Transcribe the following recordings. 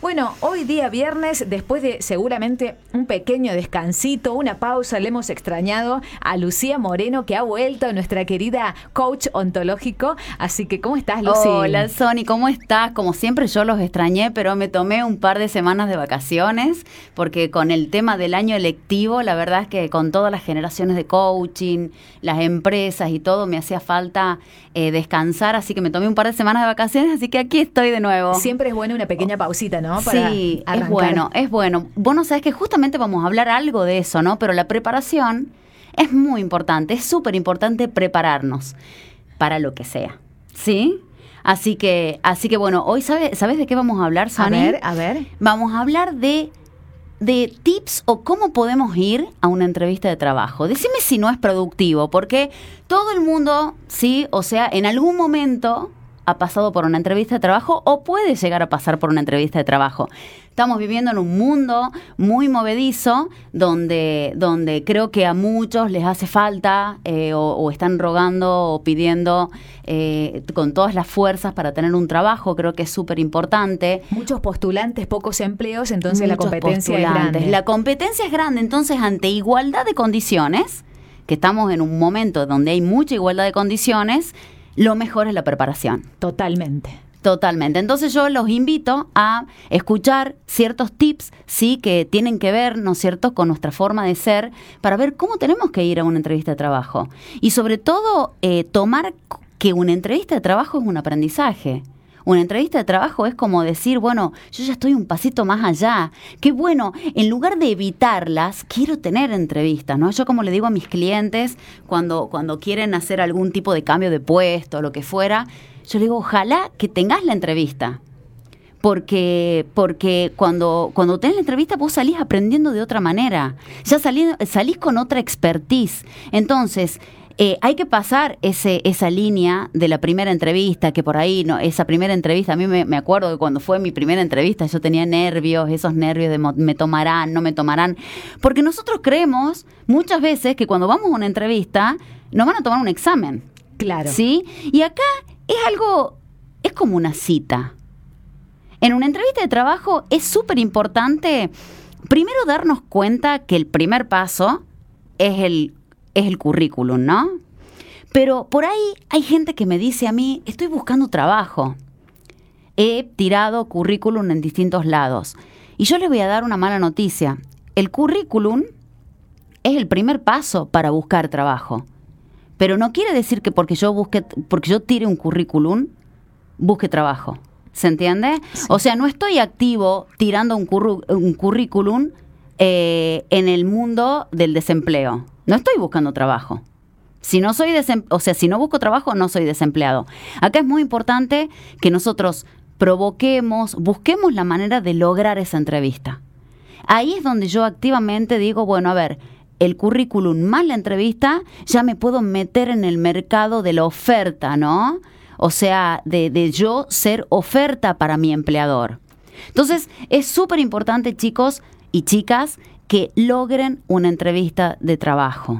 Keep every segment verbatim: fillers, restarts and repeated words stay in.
Bueno, hoy día viernes, después de seguramente un pequeño descansito, una pausa, le hemos extrañado a Lucía Moreno, que ha vuelto, nuestra querida coach ontológico. Así que, ¿cómo estás, Lucy? Hola, Sony, ¿cómo estás? Como siempre yo los extrañé, pero me tomé un par de semanas de vacaciones, porque con el tema del año electivo, la verdad es que con todas las generaciones de coaching, las empresas y todo, me hacía falta eh, descansar, así que me tomé un par de semanas de vacaciones, así que aquí estoy de nuevo. Siempre es bueno una pequeña pausita, ¿no? Para sí, arrancar. es bueno, es bueno. Vos no sabés que justamente vamos a hablar algo de eso, ¿no? Pero la preparación es muy importante, es súper importante prepararnos para lo que sea, ¿sí? Así que, así que bueno, hoy sabe, ¿sabes de qué vamos a hablar, Sony? A ver, a ver. Vamos a hablar de, de tips o cómo podemos ir a una entrevista de trabajo. Decime si no es productivo, porque todo el mundo, sí, o sea, en algún momento ha pasado por una entrevista de trabajo o puede llegar a pasar por una entrevista de trabajo. Estamos viviendo en un mundo muy movedizo donde, donde creo que a muchos les hace falta eh, o, o están rogando o pidiendo eh, con todas las fuerzas para tener un trabajo. Creo que es súper importante. Muchos postulantes, pocos empleos, entonces Muchos la competencia es grande. La competencia es grande, entonces ante igualdad de condiciones, que estamos en un momento donde hay mucha igualdad de condiciones, lo mejor es la preparación. Totalmente. Totalmente. Entonces yo los invito a escuchar ciertos tips, sí, que tienen que ver, ¿no es cierto?, con nuestra forma de ser, para ver cómo tenemos que ir a una entrevista de trabajo. Y sobre todo, eh, tomar que una entrevista de trabajo es un aprendizaje. Una entrevista de trabajo es como decir, bueno, yo ya estoy un pasito más allá. Qué bueno, en lugar de evitarlas, quiero tener entrevistas, ¿no? Yo como le digo a mis clientes, cuando, cuando quieren hacer algún tipo de cambio de puesto o lo que fuera, yo le digo, ojalá que tengas la entrevista. Porque, porque cuando, cuando tenés la entrevista vos salís aprendiendo de otra manera. Ya salís, salís con otra expertise. Entonces, Eh, hay que pasar ese, esa línea de la primera entrevista, que por ahí, no, esa primera entrevista, a mí me, me acuerdo que cuando fue mi primera entrevista yo tenía nervios, esos nervios de mo- me tomarán, no me tomarán, porque nosotros creemos muchas veces que cuando vamos a una entrevista nos van a tomar un examen. Claro. ¿Sí? Y acá es algo, es como una cita. En una entrevista de trabajo es súper importante primero darnos cuenta que el primer paso es el es el currículum, ¿no? Pero por ahí hay gente que me dice a mí, estoy buscando trabajo. He tirado currículum en distintos lados. Y yo les voy a dar una mala noticia. El currículum es el primer paso para buscar trabajo. Pero no quiere decir que porque yo busque, porque yo tire un currículum, busque trabajo. ¿Se entiende? Sí. O sea, no estoy activo tirando un, curru- un currículum eh, en el mundo del desempleo. No estoy buscando trabajo. Si no soy desem- o sea, si no busco trabajo, no soy desempleado. Acá es muy importante que nosotros provoquemos, busquemos la manera de lograr esa entrevista. Ahí es donde yo activamente digo, bueno, a ver, el currículum más la entrevista, ya me puedo meter en el mercado de la oferta, ¿no? O sea, de, de yo ser oferta para mi empleador. Entonces, es súper importante, chicos y chicas, que logren una entrevista de trabajo.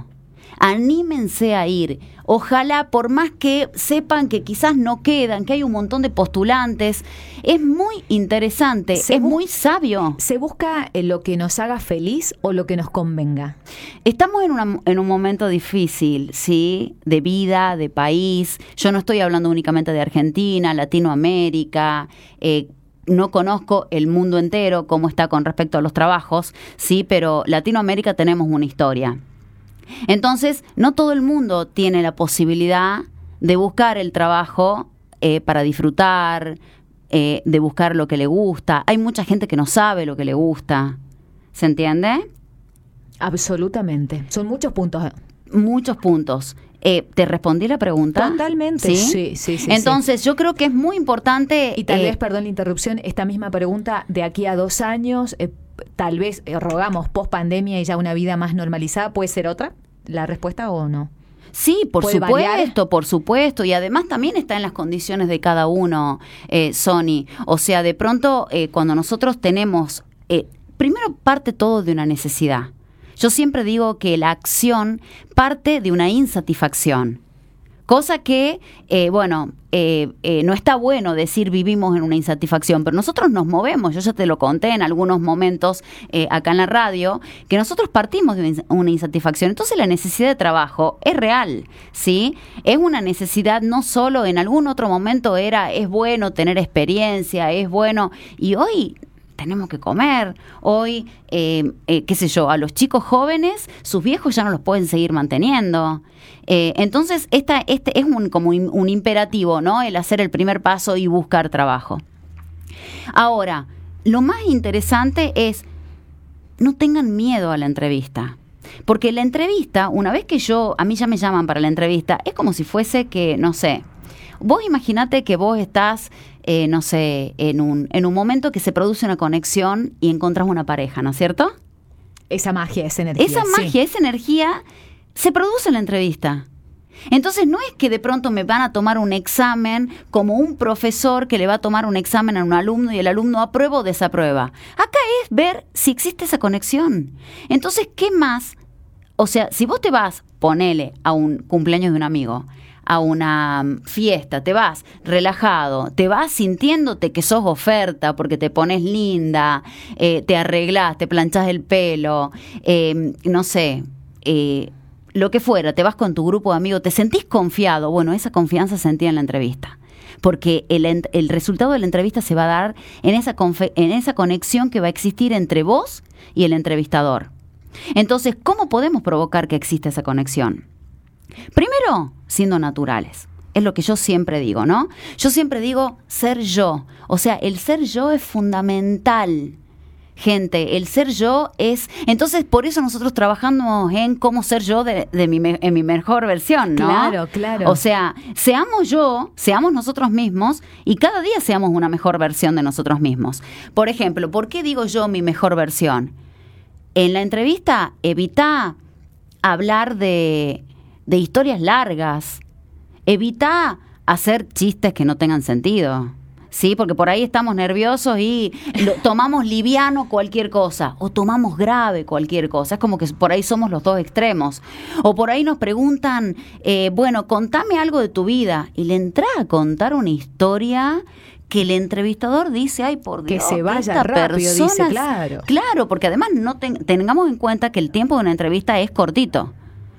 Anímense a ir. Ojalá, por más que sepan que quizás no quedan, que hay un montón de postulantes, es muy interesante, se es bu- muy sabio. ¿Se busca lo que nos haga feliz o lo que nos convenga? Estamos en, una, en un momento difícil, ¿sí? De vida, de país. Yo no estoy hablando únicamente de Argentina, Latinoamérica, eh, no conozco el mundo entero, cómo está con respecto a los trabajos, sí, pero Latinoamérica tenemos una historia. Entonces, no todo el mundo tiene la posibilidad de buscar el trabajo eh, para disfrutar, eh, de buscar lo que le gusta. Hay mucha gente que no sabe lo que le gusta. ¿Se entiende? Absolutamente. Son muchos puntos. Muchos puntos. Eh, ¿Te respondí la pregunta? Totalmente. Sí, sí, sí. sí Entonces, sí. yo creo que es muy importante. Y tal eh, vez, perdón la interrupción, esta misma pregunta de aquí a dos años, eh, tal vez eh, rogamos post pandemia y ya una vida más normalizada, ¿puede ser otra la respuesta o no? Sí, por ¿Puede supuesto, variar? por supuesto. Y además también está en las condiciones de cada uno, eh, Sony. O sea, de pronto, eh, cuando nosotros tenemos, eh, primero parte todo de una necesidad. Yo siempre digo que la acción parte de una insatisfacción. Cosa que, eh, bueno, eh, eh, no está bueno decir vivimos en una insatisfacción, pero nosotros nos movemos. Yo ya te lo conté en algunos momentos eh, acá en la radio, que nosotros partimos de una insatisfacción. Entonces la necesidad de trabajo es real, ¿sí? Es una necesidad, no solo en algún otro momento era, es bueno tener experiencia, es bueno, y hoy tenemos que comer. Hoy, eh, eh, qué sé yo, a los chicos jóvenes, sus viejos ya no los pueden seguir manteniendo. Eh, entonces, esta, este es un, como un, un imperativo, ¿no? El hacer el primer paso y buscar trabajo. Ahora, lo más interesante es, no tengan miedo a la entrevista. Porque la entrevista, una vez que yo, a mí ya me llaman para la entrevista, es como si fuese que, no sé, vos imaginate que vos estás, eh, no sé, en un, en un momento que se produce una conexión y encontrás una pareja, ¿no es cierto? Esa magia, esa energía. Esa magia, sí. Esa energía se produce en la entrevista. Entonces no es que de pronto me van a tomar un examen como un profesor que le va a tomar un examen a un alumno y el alumno aprueba o desaprueba. Acá es ver si existe esa conexión. Entonces, ¿qué más? O sea, si vos te vas, ponele a un cumpleaños de un amigo, a una fiesta, te vas relajado, te vas sintiéndote que sos oferta porque te pones linda, eh, te arreglás, te planchás el pelo, eh, no sé, eh, lo que fuera, te vas con tu grupo de amigos, te sentís confiado. Bueno, esa confianza se sentía en la entrevista, porque el, el resultado de la entrevista se va a dar en esa, confe- en esa conexión que va a existir entre vos y el entrevistador. Entonces, ¿cómo podemos provocar que exista esa conexión? Primero, siendo naturales. Es lo que yo siempre digo, ¿no? Yo siempre digo ser yo. O sea, el ser yo es fundamental. Gente, el ser yo es... Entonces, por eso nosotros trabajamos en cómo ser yo de, de mi, en mi mejor versión, ¿no? Claro, claro. O sea, seamos yo, seamos nosotros mismos y cada día seamos una mejor versión de nosotros mismos. Por ejemplo, ¿por qué digo yo mi mejor versión? En la entrevista, evita hablar de... de historias largas. Evita hacer chistes que no tengan sentido, ¿sí? Porque por ahí estamos nerviosos y lo, tomamos liviano cualquier cosa o tomamos grave cualquier cosa. Es como que por ahí somos los dos extremos. O por ahí nos preguntan, eh, bueno, contame algo de tu vida. Y le entra a contar una historia que el entrevistador dice, ay, por Dios, que se vaya esta rápido, persona dice, claro. Claro, porque además no ten, tengamos en cuenta que el tiempo de una entrevista es cortito.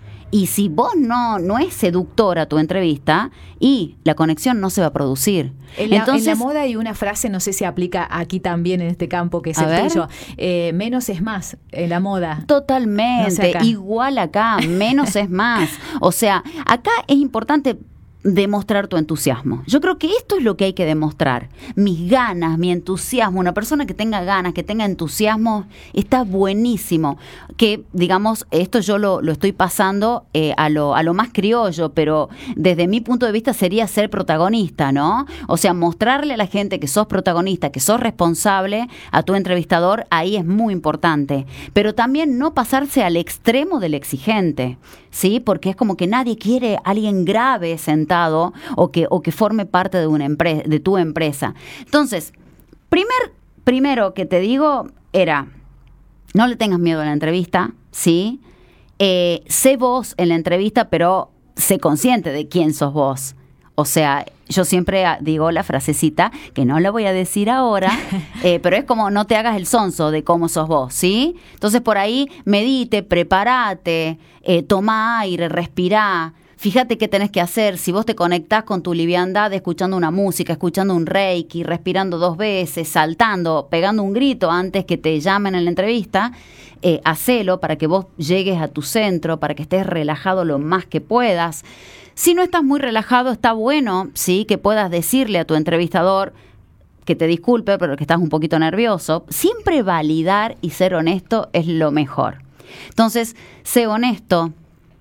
Y si vos no, no es seductora tu entrevista, y la conexión no se va a producir. En la, Entonces, en la moda hay una frase, no sé si aplica aquí también en este campo, que es a el ver. tuyo. Eh, menos es más en la moda. Totalmente, No sé acá. Igual acá, menos es más. O sea, acá es importante demostrar tu entusiasmo. Yo creo que esto es lo que hay que demostrar. Mis ganas, mi entusiasmo. Una persona que tenga ganas, que tenga entusiasmo, está buenísimo. Que, digamos, esto yo lo, lo estoy pasando eh, a, lo, a lo más criollo, pero desde mi punto de vista sería ser protagonista, ¿no? O sea, mostrarle a la gente que sos protagonista, que sos responsable a tu entrevistador, ahí es muy importante. Pero también no pasarse al extremo del exigente, ¿sí? Porque es como que nadie quiere a alguien grave sentado o que, o que forme parte de, una empre- de tu empresa. Entonces, primer, primero que te digo era, no le tengas miedo a la entrevista, ¿sí? Eh, sé vos en la entrevista, pero sé consciente de quién sos vos. O sea, yo siempre digo la frasecita, que no la voy a decir ahora, eh, pero es como no te hagas el sonso de cómo sos vos, ¿sí? Entonces por ahí medite, prepárate, eh, toma aire, respirá. Fíjate qué tenés que hacer. Si vos te conectás con tu liviandad escuchando una música, escuchando un reiki, respirando dos veces, saltando, pegando un grito antes que te llamen en la entrevista, eh, hacelo para que vos llegues a tu centro, para que estés relajado lo más que puedas. Si no estás muy relajado, está bueno, sí, que puedas decirle a tu entrevistador que te disculpe, pero que estás un poquito nervioso. Siempre validar y ser honesto es lo mejor. Entonces, sé honesto.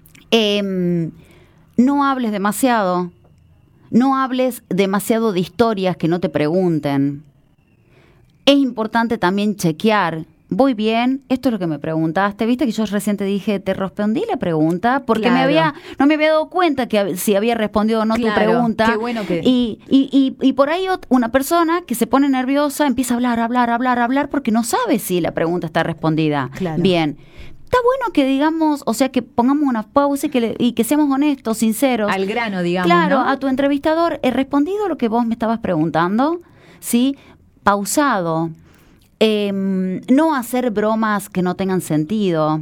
Eh, No hables demasiado, no hables demasiado de historias que no te pregunten. Es importante también chequear, ¿voy bien? Esto es lo que me preguntaste. ¿Viste que yo recién te dije, te respondí la pregunta? Porque Claro. me había, no me había dado cuenta que si había respondido o no Claro, tu pregunta. qué bueno que- Y, y, y, y por ahí ot- una persona que se pone nerviosa empieza a hablar, hablar, hablar, hablar porque no sabe si la pregunta está respondida. Claro. Bien. está bueno que digamos, o sea, que pongamos una pausa y que, le, y que seamos honestos, sinceros. Al grano, digamos, Claro, ¿no? a tu entrevistador, he respondido lo que vos me estabas preguntando, ¿sí? Pausado. Eh, no hacer bromas que no tengan sentido.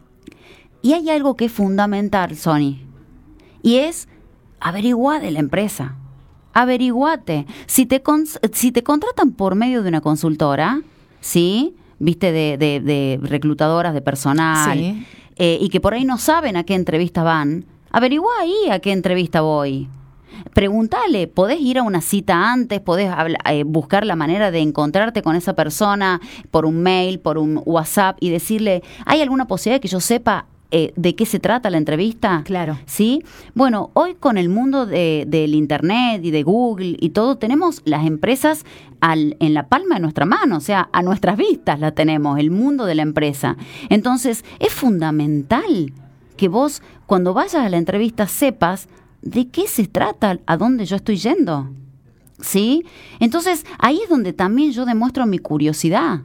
Y hay algo que es fundamental, Sony, y es averiguar de la empresa. Averiguate. Si te, con, si te contratan por medio de una consultora, ¿sí? Viste, de, de, de reclutadoras de personal, Sí. eh, y que por ahí no saben a qué entrevista van, averigua ahí a qué entrevista voy. Pregúntale, ¿podés ir a una cita antes? ¿Podés habla, eh, buscar la manera de encontrarte con esa persona por un mail, por un WhatsApp y decirle, ¿hay alguna posibilidad de que yo sepa eh, de qué se trata la entrevista? Claro. ¿Sí? Bueno, hoy con el mundo de, del Internet y de Google y todo, tenemos las empresas al, en la palma de nuestra mano, o sea, a nuestras vistas la tenemos, el mundo de la empresa. Entonces, es fundamental que vos, cuando vayas a la entrevista, sepas de qué se trata, a dónde yo estoy yendo. ¿Sí? Entonces, ahí es donde también yo demuestro mi curiosidad.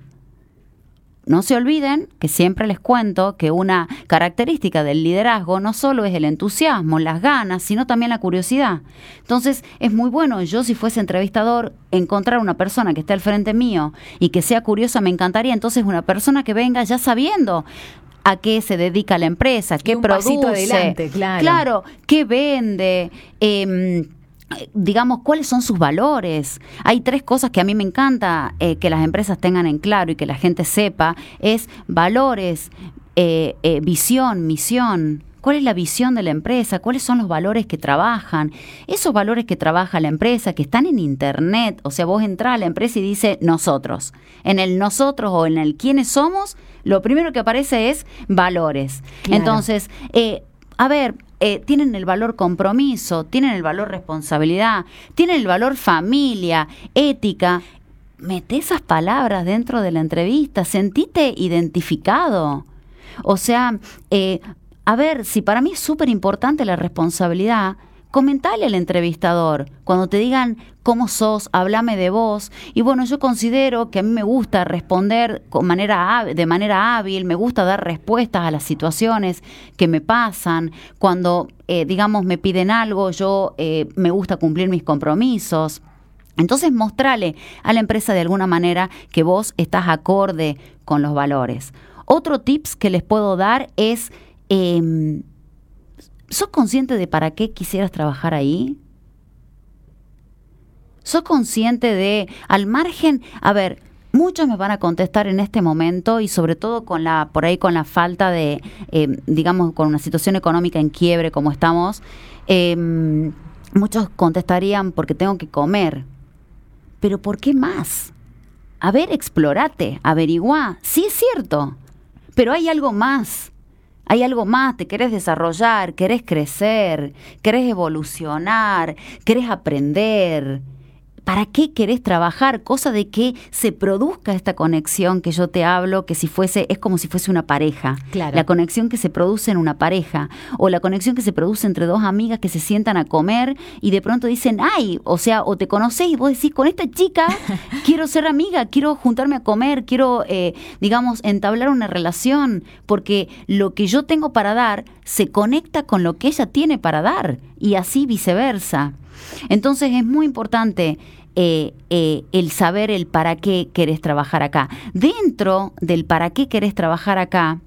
No se olviden que siempre les cuento que una característica del liderazgo no solo es el entusiasmo, las ganas, sino también la curiosidad. Entonces, es muy bueno, yo si fuese entrevistador, encontrar una persona que esté al frente mío y que sea curiosa, me encantaría. Entonces, una persona que venga ya sabiendo a qué se dedica la empresa, qué Y un produce, pasito adelante, claro. claro, qué vende, eh, digamos, cuáles son sus valores. Hay tres cosas que a mí me encanta eh, que las empresas tengan en claro y que la gente sepa, es valores, eh, eh, visión, misión. ¿Cuál es la visión de la empresa? ¿Cuáles son los valores que trabajan? Esos valores que trabaja la empresa, que están en Internet, o sea, vos entrás a la empresa y dice nosotros. En el nosotros o en el quiénes somos, lo primero que aparece es valores. Claro. Entonces, eh, a ver, eh, tienen el valor compromiso, tienen el valor responsabilidad, tienen el valor familia, ética. Mete esas palabras dentro de la entrevista, sentite identificado. O sea, eh, a ver, si para mí es súper importante la responsabilidad, comentale al entrevistador. Cuando te digan cómo sos, háblame de vos. Y bueno, yo considero que a mí me gusta responder con manera, de manera hábil, me gusta dar respuestas a las situaciones que me pasan. Cuando, eh, digamos, me piden algo, yo eh, me gusta cumplir mis compromisos. Entonces, mostrale a la empresa de alguna manera que vos estás acorde con los valores. Otro tips que les puedo dar es... Eh, ¿sos consciente de para qué quisieras trabajar ahí? ¿Sos consciente de, al margen, a ver, muchos me van a contestar en este momento y sobre todo con la, por ahí con la falta de, eh, digamos, con una situación económica en quiebre como estamos, eh, muchos contestarían porque tengo que comer. ¿Pero por qué más? A ver, explorate, averiguá. Sí es cierto, pero hay algo más. Hay algo más, te querés desarrollar, querés crecer, querés evolucionar, querés aprender. ¿Para qué querés trabajar? Cosa de que se produzca esta conexión que yo te hablo, que si fuese, es como si fuese una pareja. Claro. La conexión que se produce en una pareja, o la conexión que se produce entre dos amigas que se sientan a comer y de pronto dicen, ay, o sea, o te conocés y vos decís, con esta chica quiero ser amiga, quiero juntarme a comer, quiero, eh, digamos, entablar una relación, porque lo que yo tengo para dar se conecta con lo que ella tiene para dar, y así viceversa. Entonces es muy importante eh, eh, el saber el para qué querés trabajar acá. Dentro del para qué querés trabajar acá,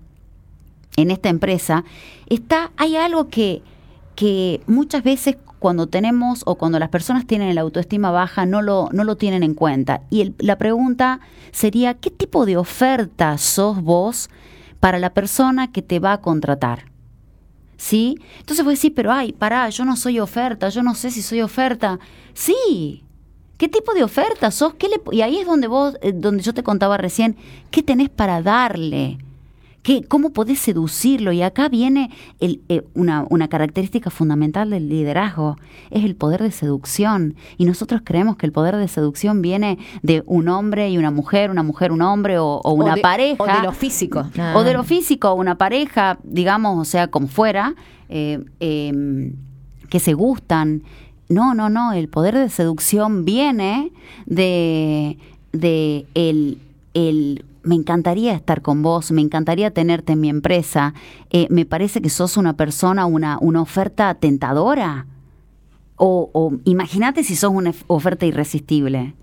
en esta empresa, está, hay algo que, que muchas veces cuando tenemos o cuando las personas tienen la autoestima baja no lo, no lo tienen en cuenta. Y el, la pregunta sería, ¿qué tipo de oferta sos vos para la persona que te va a contratar? ¿Sí? Entonces vos decís, pero ay, pará, yo no soy oferta, yo no sé si soy oferta. Sí. ¿Qué tipo de oferta sos? ¿Qué le, y ahí es donde vos, eh, donde yo te contaba recién, ¿qué tenés para darle? ¿Qué, ¿Cómo podés seducirlo? Y acá viene el, eh, una, una característica fundamental del liderazgo, es el poder de seducción. Y nosotros creemos que el poder de seducción viene de un hombre y una mujer, una mujer, un hombre o, o una o de, pareja. O de lo físico. Ah. O de lo físico, una pareja, digamos, o sea, como fuera, eh, eh, que se gustan. No, no, no, el poder de seducción viene de, de el... el me encantaría estar con vos, me encantaría tenerte en mi empresa, eh, me parece que sos una persona, una, una oferta tentadora. O, o imagínate si sos una oferta irresistible.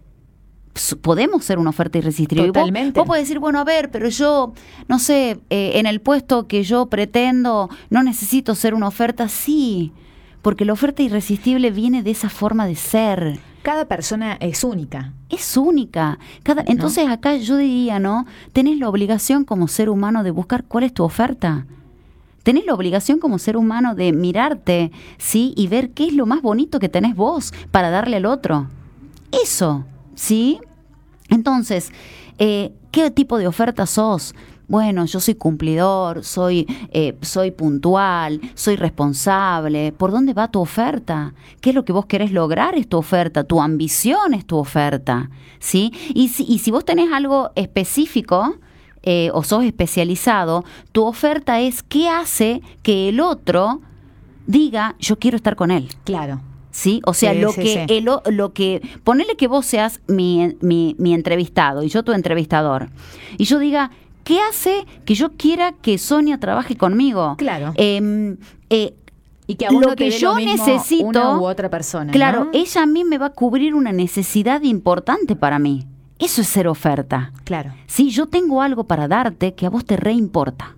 Podemos ser una oferta irresistible. Totalmente. Vos, vos podés decir, bueno, a ver, pero yo, no sé, eh, en el puesto que yo pretendo, no necesito ser una oferta. Sí, porque la oferta irresistible viene de esa forma de ser. Cada persona es única. Es única. Cada, entonces, ¿no? Acá yo diría, ¿no? Tenés la obligación como ser humano de buscar cuál es tu oferta. Tenés la obligación como ser humano de mirarte, ¿sí? Y ver qué es lo más bonito que tenés vos para darle al otro. Eso. ¿Sí? Entonces, eh, ¿qué tipo de oferta sos? Bueno, yo soy cumplidor, soy, eh, soy puntual, soy responsable. ¿Por dónde va tu oferta? ¿Qué es lo que vos querés lograr? Es tu oferta, tu ambición es tu oferta, ¿sí? Y si, y si vos tenés algo específico eh, o sos especializado, tu oferta es qué hace que el otro diga, yo quiero estar con él. Claro. ¿Sí? O sea, sí, lo, sí, que, sí. El, lo que... Ponele que vos seas mi, mi, mi entrevistado y yo tu entrevistador. Y yo diga, ¿qué hace que yo quiera que Sonia trabaje conmigo? Claro. Eh, eh, y que a vos lo no te que dé yo lo mismo necesito... una u otra persona, Claro, ¿no? ella a mí me va a cubrir una necesidad importante para mí. Eso es ser oferta. Claro. Sí, yo tengo algo para darte que a vos te reimporta.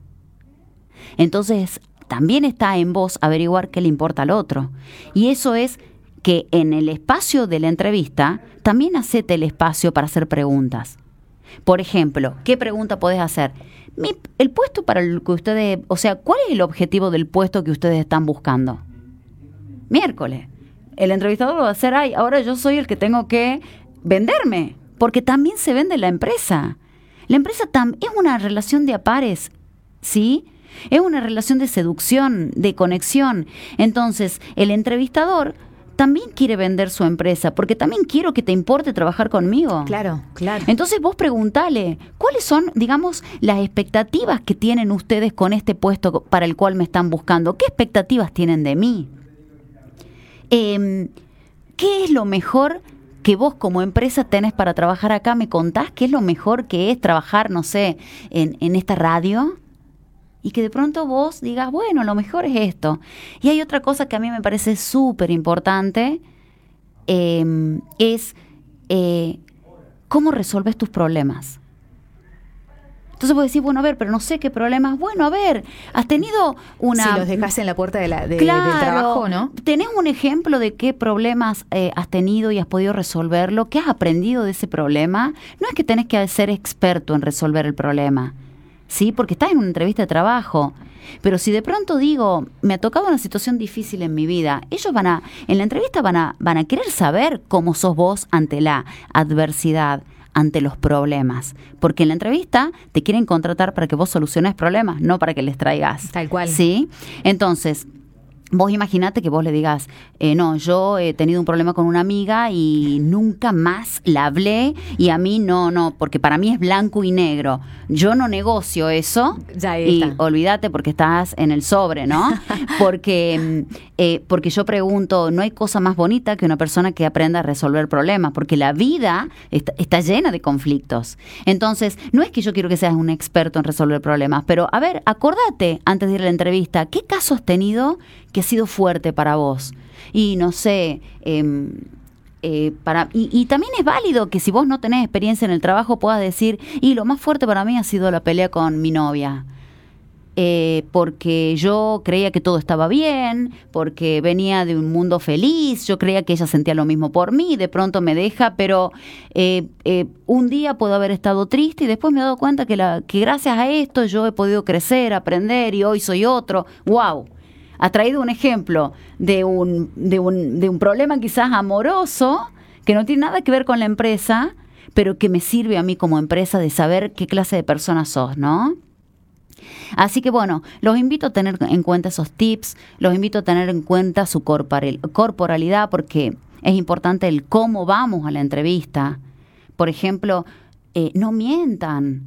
Entonces... También está en vos averiguar qué le importa al otro. Y eso es que en el espacio de la entrevista también hacete el espacio para hacer preguntas. Por ejemplo, ¿qué pregunta podés hacer? Mi, el puesto para el que ustedes... O sea, ¿cuál es el objetivo del puesto que ustedes están buscando? Miércoles. El entrevistador va a hacer, ay, ahora yo soy el que tengo que venderme. Porque también se vende la empresa. La empresa tam- es una relación de a pares, ¿sí? Es una relación de seducción, de conexión. Entonces, el entrevistador también quiere vender su empresa, porque también quiero que te importe trabajar conmigo. Claro, claro. Entonces vos preguntale, ¿cuáles son, digamos, las expectativas que tienen ustedes con este puesto para el cual me están buscando? ¿Qué expectativas tienen de mí? Eh, ¿Qué es lo mejor que vos como empresa tenés para trabajar acá? ¿Me contás qué es lo mejor que es trabajar, no sé, en, en esta radio? Y que de pronto vos digas, bueno, lo mejor es esto. Y hay otra cosa que a mí me parece súper importante, eh, es eh, cómo resolves tus problemas. Entonces vos decís, bueno, a ver, pero no sé qué problemas. Bueno, a ver, has tenido una... Si los dejás en la puerta de la, de, claro, del trabajo, ¿no? ¿Tenés un ejemplo de qué problemas eh, has tenido y has podido resolverlo? ¿Qué has aprendido de ese problema? No es que tenés que ser experto en resolver el problema, ¿sí? Porque estás en una entrevista de trabajo. Pero si de pronto digo, me ha tocado una situación difícil en mi vida, ellos van a, en la entrevista van a, van a querer saber cómo sos vos ante la adversidad, ante los problemas. Porque en la entrevista te quieren contratar para que vos soluciones problemas, no para que les traigas. Tal cual. ¿Sí? Entonces... Vos imaginate que vos le digas, eh, no, yo he tenido un problema con una amiga y nunca más la hablé y a mí no, no, porque para mí es blanco y negro. Yo no negocio eso. Ya y está. olvídate porque estás en el sobre, ¿no? Porque, eh, porque yo pregunto, no hay cosa más bonita que una persona que aprenda a resolver problemas, porque la vida está, está llena de conflictos. Entonces, no es que yo quiero que seas un experto en resolver problemas, pero a ver, acordate antes de ir a la entrevista, ¿qué caso has tenido que ha sido fuerte para vos? Y no sé, eh, eh, para y, y también es válido que si vos no tenés experiencia en el trabajo puedas decir, y lo más fuerte para mí ha sido la pelea con mi novia. Eh, porque yo creía que todo estaba bien, porque venía de un mundo feliz, yo creía que ella sentía lo mismo por mí, de pronto me deja, pero eh, eh, un día puedo haber estado triste y después me he dado cuenta que, la, que gracias a esto yo he podido crecer, aprender y hoy soy otro. ¡Wow! Ha traído un ejemplo de un, de un, de un problema quizás amoroso que no tiene nada que ver con la empresa, pero que me sirve a mí como empresa de saber qué clase de persona sos, ¿no? Así que bueno, los invito a tener en cuenta esos tips, los invito a tener en cuenta su corporalidad, porque es importante el cómo vamos a la entrevista. Por ejemplo, eh, no mientan.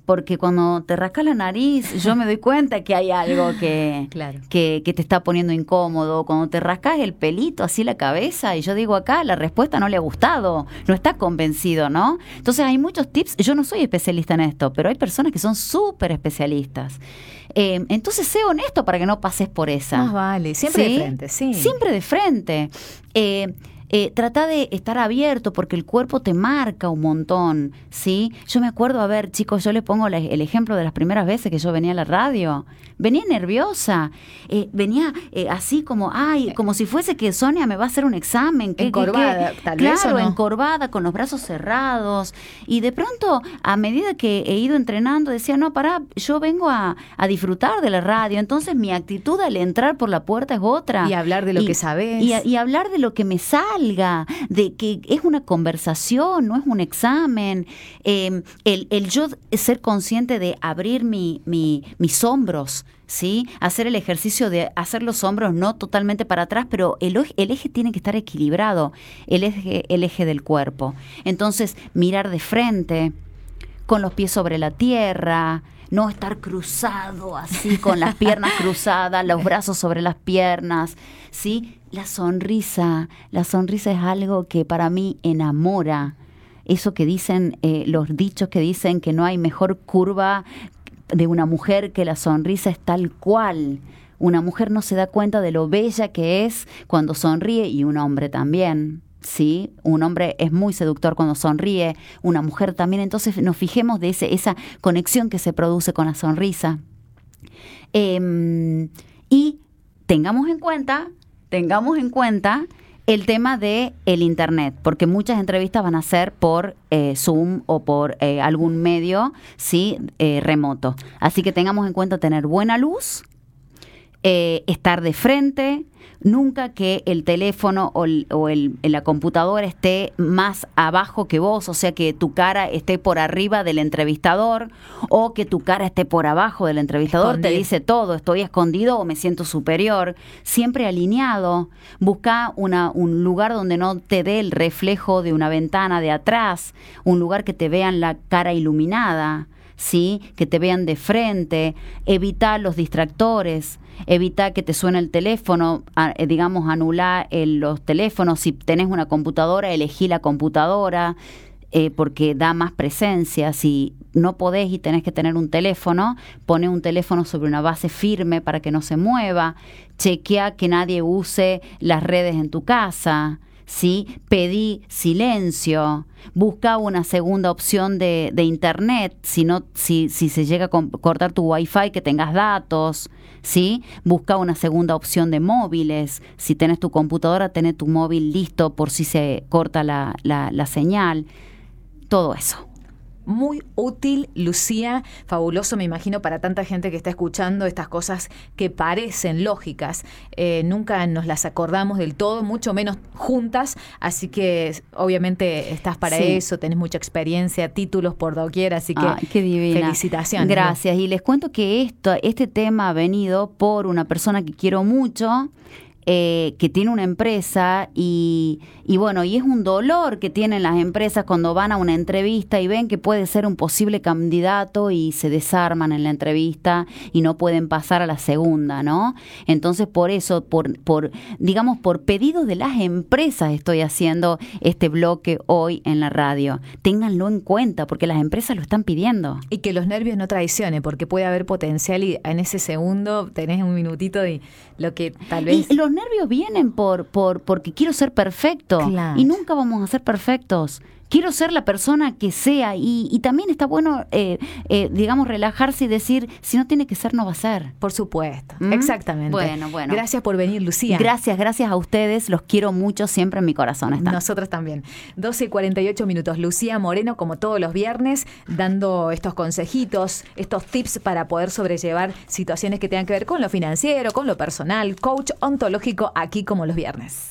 porque cuando te rascas la nariz, yo me doy cuenta que hay algo que, claro. que, que te está poniendo incómodo. Cuando te rascas el pelito, así la cabeza, y yo digo acá, la respuesta no le ha gustado, no está convencido, ¿no? Entonces hay muchos tips. Yo no soy especialista en esto, pero hay personas que son súper especialistas. Eh, entonces, sé honesto para que no pases por esa. Más vale, siempre ¿Sí? de frente, sí. Siempre de frente. Eh, Eh, trata de estar abierto porque el cuerpo te marca un montón, ¿sí? Yo me acuerdo, a ver, chicos, yo les pongo la, el ejemplo de las primeras veces que yo venía a la radio. Venía nerviosa, eh, venía eh, así como, ay, como si fuese que Sonia me va a hacer un examen. ¿Qué, encorvada, qué, qué? tal claro, vez, ¿o no? encorvada, con los brazos cerrados. Y de pronto, a medida que he ido entrenando, decía, no, pará, yo vengo a, a disfrutar de la radio. Entonces, mi actitud al entrar por la puerta es otra. Y hablar de lo y, que sabés. Y, y hablar de lo que me salga, de que es una conversación, no es un examen. Eh, el, el yo ser consciente de abrir mi, mi, mis hombros, ¿sí? Hacer el ejercicio de hacer los hombros no totalmente para atrás, pero el, el eje tiene que estar equilibrado, el eje, el eje del cuerpo. Entonces, mirar de frente, con los pies sobre la tierra, no estar cruzado así, con las piernas cruzadas, los brazos sobre las piernas, ¿sí? La sonrisa, la sonrisa es algo que para mí enamora. Eso que dicen, eh, los dichos que dicen que no hay mejor curva de una mujer que la sonrisa es tal cual. Una mujer no se da cuenta de lo bella que es cuando sonríe, y un hombre también. Sí, un hombre es muy seductor cuando sonríe, una mujer también. Entonces nos fijemos de ese, esa conexión que se produce con la sonrisa. Eh, y tengamos en cuenta, tengamos en cuenta el tema de el internet, porque muchas entrevistas van a ser por eh, Zoom o por eh, algún medio, sí, eh, remoto. Así que tengamos en cuenta tener buena luz, eh, estar de frente. Nunca que el teléfono o, el, o el, la computadora esté más abajo que vos, o sea, que tu cara esté por arriba del entrevistador o que tu cara esté por abajo del entrevistador. Escondido. Te dice todo, estoy escondido o me siento superior. Siempre alineado. Busca una, un lugar donde no te dé el reflejo de una ventana de atrás, un lugar que te vean la cara iluminada, ¿sí? Que te vean de frente. Evita los distractores. Evita que te suene el teléfono, a, eh, digamos, anular el, los teléfonos. Si tenés una computadora, elegí la computadora, eh, porque da más presencia. Si no podés y tenés que tener un teléfono, pone un teléfono sobre una base firme para que no se mueva. Chequea que nadie use las redes en tu casa, ¿sí? Pedí silencio. Busca una segunda opción de, de internet, si, no, si, si se llega a cortar tu wifi, que tengas datos, ¿sí? Busca una segunda opción de móviles. Si tenés tu computadora, tenés tu móvil listo por si se corta la, la, la señal. Todo eso. Muy útil, Lucía, fabuloso, me imagino, para tanta gente que está escuchando estas cosas que parecen lógicas. Eh, nunca nos las acordamos del todo, mucho menos juntas, así que obviamente estás para sí. eso, tenés mucha experiencia, títulos por doquier, así que Ay, qué divina. Felicitaciones. Gracias, ¿no? Y les cuento que esto, este tema ha venido por una persona que quiero mucho, Eh, que tiene una empresa y, y bueno, y es un dolor que tienen las empresas cuando van a una entrevista y ven que puede ser un posible candidato y se desarman en la entrevista y no pueden pasar a la segunda, ¿no? Entonces, por eso, por, por digamos, por pedido de las empresas estoy haciendo este bloque hoy en la radio. Ténganlo en cuenta porque las empresas lo están pidiendo. Y que los nervios no traicionen, porque puede haber potencial y en ese segundo tenés un minutito y lo que tal vez... Y los nervios vienen por, por porque quiero ser perfecto, claro. Y nunca vamos a ser perfectos. Quiero ser la persona que sea y, y también está bueno, eh, eh, digamos, relajarse y decir, si no tiene que ser, no va a ser. Por supuesto, ¿Mm? Exactamente. Bueno, bueno. Gracias por venir, Lucía. Gracias, gracias a ustedes, los quiero mucho, siempre en mi corazón están. Nosotros también. doce y cuarenta y ocho minutos. Lucía Moreno, como todos los viernes, dando estos consejitos, estos tips para poder sobrellevar situaciones que tengan que ver con lo financiero, con lo personal, coach ontológico, aquí como los viernes.